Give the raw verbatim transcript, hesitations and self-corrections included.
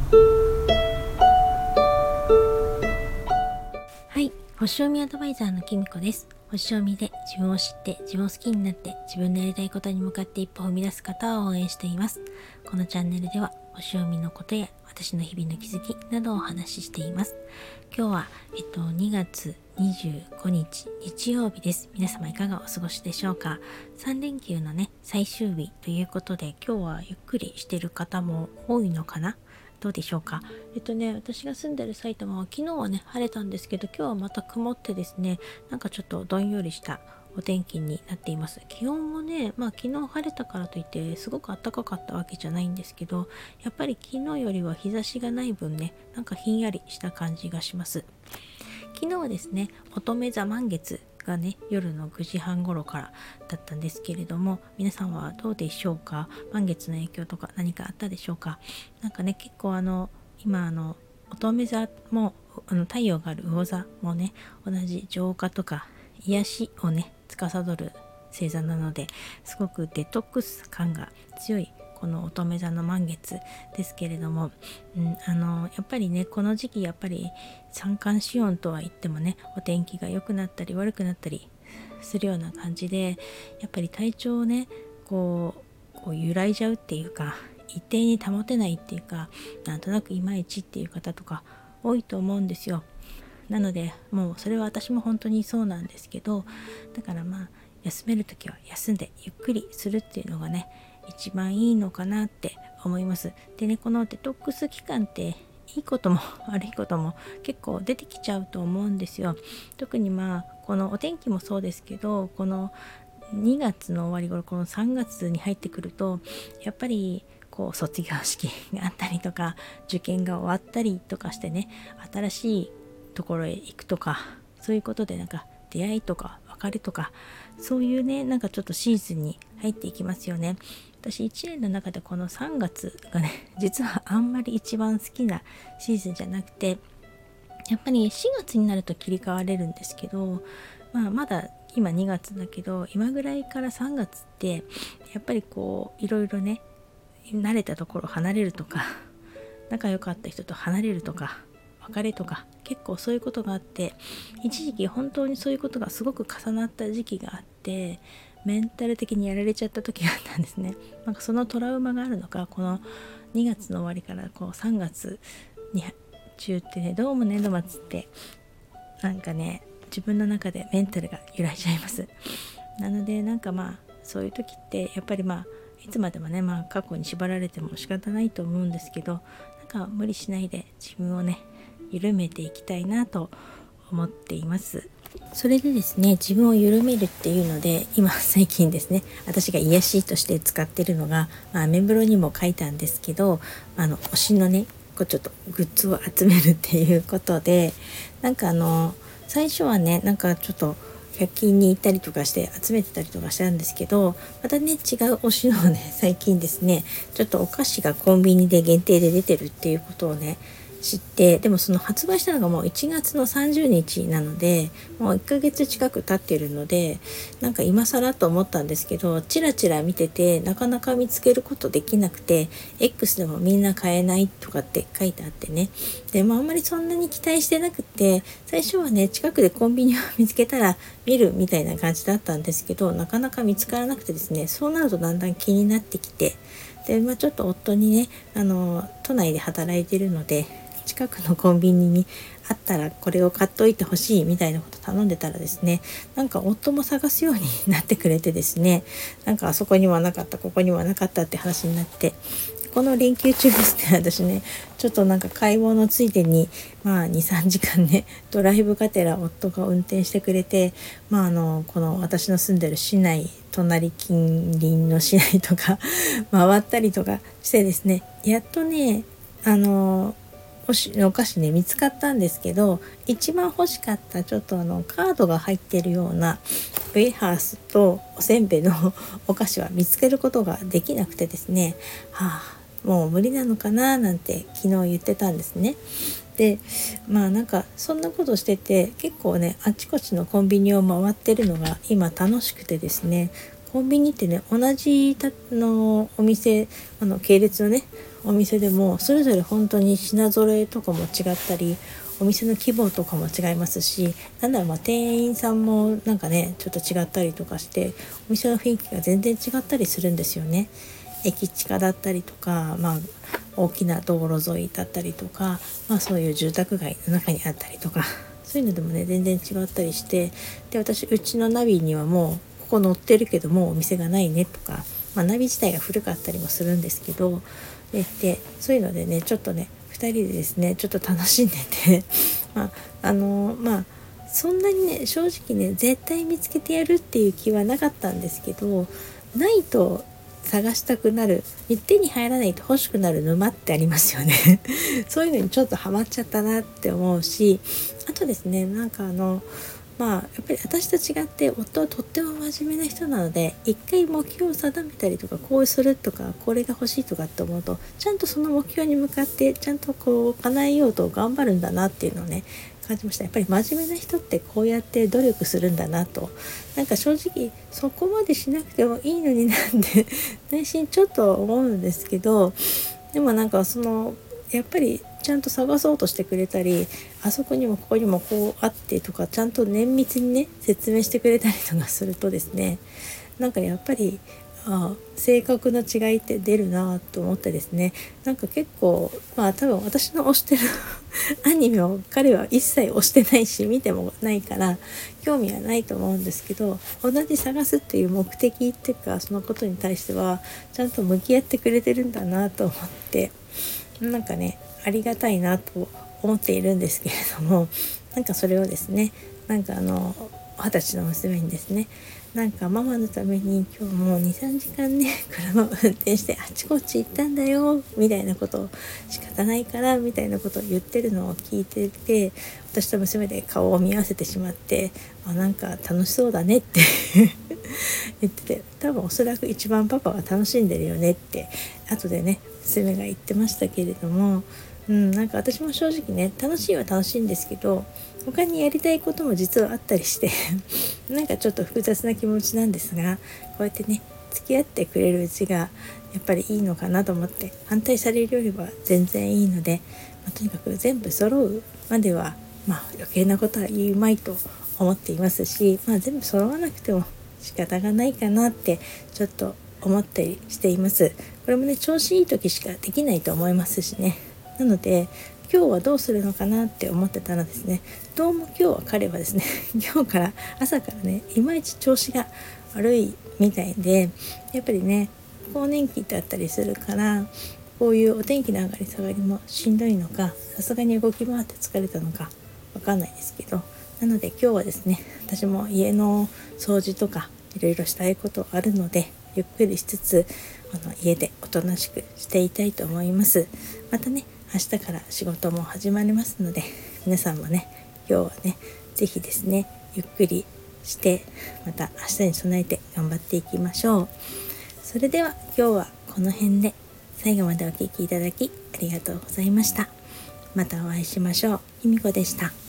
はい、星読みアドバイザーのきみこです。星読みで自分を知って自分を好きになって自分のやりたいことに向かって一歩踏み出す方を応援しています。このチャンネルでは星読みのことや私の日々の気づきなどをお話ししています。今日は、えっと、にがつにじゅうごにち日曜日です。皆様いかがお過ごしでしょうか。さんれんきゅうのね最終日ということで、今日はゆっくりしている方も多いのかな。どうでしょうか。えっとね、私が住んでる埼玉は昨日はね晴れたんですけど、今日はまた曇ってですね、なんかちょっとどんよりしたお天気になっています。気温もね、まあ昨日晴れたからといってすごく暖かかったわけじゃないんですけど、やっぱり昨日よりは日差しがない分ね、なんかひんやりした感じがします。昨日はですね、乙女座満月がね夜のくじはん頃からだったんですけれども、皆さんはどうでしょうか。満月の影響とか何かあったでしょうか。なんかね、結構あの今あの乙女座もあの太陽がある魚座もね、同じ浄化とか癒しをね司る星座なので、すごくデトックス感が強いこの乙女座の満月ですけれども、うん、あのやっぱりねこの時期やっぱり三寒四温とは言ってもね、お天気が良くなったり悪くなったりするような感じで、やっぱり体調をねこう、こう揺らいじゃうっていうか、一定に保てないっていうか、なんとなくいまいちっていう方とか多いと思うんですよ。なのでもうそれは私も本当にそうなんですけど、だからまあ休めるときは休んでゆっくりするっていうのがね一番いいのかなって思います。でね、このデトックス期間っていいことも悪いことも結構出てきちゃうと思うんですよ。特にまあこのお天気もそうですけど、このにがつの終わり頃、このさんがつに入ってくるとやっぱりこう卒業式があったりとか、受験が終わったりとかしてね、新しいところへ行くとか、そういうことでなんか出会いとか別れとか、そういうねなんかちょっとシーズンに入っていきますよね。私いちねんの中でこのさんがつがね実はあんまり一番好きなシーズンじゃなくて、やっぱりしがつになると切り替われるんですけど、まあまだ今にがつだけど、今ぐらいからさんがつってやっぱりこういろいろね、慣れたところ離れるとか、仲良かった人と離れるとか、別れとか、結構そういうことがあって、一時期本当にそういうことがすごく重なった時期があって、メンタル的にやられちゃった時があったんですね。なんかそのトラウマがあるのか、このにがつの終わりからこうさんがつに中ってね、どうも年度末ってなんかね自分の中でメンタルが揺らいじゃいます。なのでなんかまあそういう時ってやっぱりまあいつまでもね、まあ過去に縛られても仕方ないと思うんですけど、なんか無理しないで自分をね緩めていきたいなと思っています。それでですね、自分を緩めるっていうので、今最近ですね、私が癒しとして使ってるのが、まあ、アメブロにも書いたんですけど、あの推しのねこうちょっとグッズを集めるっていうことで、なんかあの最初はねなんかちょっとひゃく均に行ったりとかして集めてたりとかしたんですけど、またね違う推しのね最近ですね、ちょっとお菓子がコンビニで限定で出てるっていうことをね知って、でもその発売したのがもういちがつのさんじゅうにちなので、もういっかげつ近く経ってるので、なんか今更と思ったんですけど、チラチラ見ててなかなか見つけることできなくて、 X でもみんな買えないとかって書いてあってね、でもあんまりそんなに期待してなくて、最初はね近くでコンビニを見つけたら見るみたいな感じだったんですけど、なかなか見つからなくてですね、そうなるとだんだん気になってきて、で、まあ、ちょっと夫にねあの都内で働いているので、近くのコンビニにあったらこれを買っといてほしいみたいなこと頼んでたらですね、なんか夫も探すようになってくれてですね、なんかあそこにはなかったここにはなかったって話になって、この連休中ですね、私ねちょっとなんか買い物ついでにまあ にさんじかんねドライブがてら夫が運転してくれて、まああのこの私の住んでる市内、隣近隣の市内とか回ったりとかしてですね、やっとねあのお菓子ね見つかったんですけど、一番欲しかったちょっとあのカードが入ってるようなウェハースとおせんべいのお菓子は見つけることができなくてですね、はあもう無理なのかななんて昨日言ってたんですね。でまあなんかそんなことしてて、結構ねあちこちのコンビニを回ってるのが今楽しくてですね、 コンビニってね、同じたのお店、あの系列のねお店でもそれぞれ本当に品揃えとかも違ったり、お店の規模とかも違いますし、なんだろう、まあ店員さんもなんかねちょっと違ったりとかして、お店の雰囲気が全然違ったりするんですよね。駅地下だったりとか、まあ大きな道路沿いだったりとか、まあそういう住宅街の中にあったりとか、そういうのでもね全然違ったりして、で私うちのナビにはもうここ載ってるけどもうお店がないねとか、まあ、ナビ自体が古かったりもするんですけど、ででそういうのでねちょっとねふたりでですねちょっと楽しんでてまああのまあそんなにね正直ね絶対見つけてやるっていう気はなかったんですけど、ないと探したくなる、手に入らないと欲しくなる沼ってありますよねそういうのにちょっとハマっちゃったなって思うし、あとですね、なんかあのまあやっぱり私と違って夫はとっても真面目な人なので、一回目標を定めたりとか、こうするとかこれが欲しいとかって思うと、ちゃんとその目標に向かってちゃんとこう叶えようと頑張るんだなっていうのをね感じました。やっぱり真面目な人ってこうやって努力するんだなと。なんか正直そこまでしなくてもいいのになんて内心ちょっと思うんですけど、でもなんかそのやっぱりちゃんと探そうとしてくれたり、あそこにもここにもこうあってとか、ちゃんと綿密にね説明してくれたりとかするとですね、なんかやっぱりあ性格の違いって出るなと思ってですね、なんか結構まあ多分私の推してるアニメを彼は一切推してないし見てもないから興味はないと思うんですけど、同じ探すっていう目的っていうかそのことに対してはちゃんと向き合ってくれてるんだなと思って、なんかねありがたいなと思っているんですけれども、なんかそれをですね、なんかあの二十歳の娘にですね、なんかママのために今日もう にさんじかんね車を運転してあちこち行ったんだよみたいなことを、仕方ないからみたいなことを言ってるのを聞いてて、私と娘で顔を見合わせてしまって、あなんか楽しそうだねって言ってて、多分おそらく一番パパは楽しんでるよねって後でね娘が言ってましたけれども、うん、なんか私も正直ね楽しいは楽しいんですけど、他にやりたいことも実はあったりしてなんかちょっと複雑な気持ちなんですが、こうやってね付き合ってくれるうちがやっぱりいいのかなと思って、反対されるよりは全然いいので、まあ、とにかく全部揃うまではまあ余計なことは言うまいと思っていますし、まあ、全部揃わなくても仕方がないかなってちょっと思ったりしています。これもね調子いい時しかできないと思いますしね。なので今日はどうするのかなって思ってたらですね、どうも今日は彼はですね今日から朝からねいまいち調子が悪いみたいで、やっぱりね更年期だったりするから、こういうお天気の上がり下がりもしんどいのか、さすがに動き回って疲れたのかわかんないですけど、なので今日はですね私も家の掃除とかいろいろしたいことあるので、ゆっくりしつつあの家でおとなしくしていたいと思います。またね明日から仕事も始まりますので、皆さんもね今日はねぜひですねゆっくりしてまた明日に備えて頑張っていきましょう。それでは今日はこの辺で、最後までお聞きいただきありがとうございました。またお会いしましょう。ひみこでした。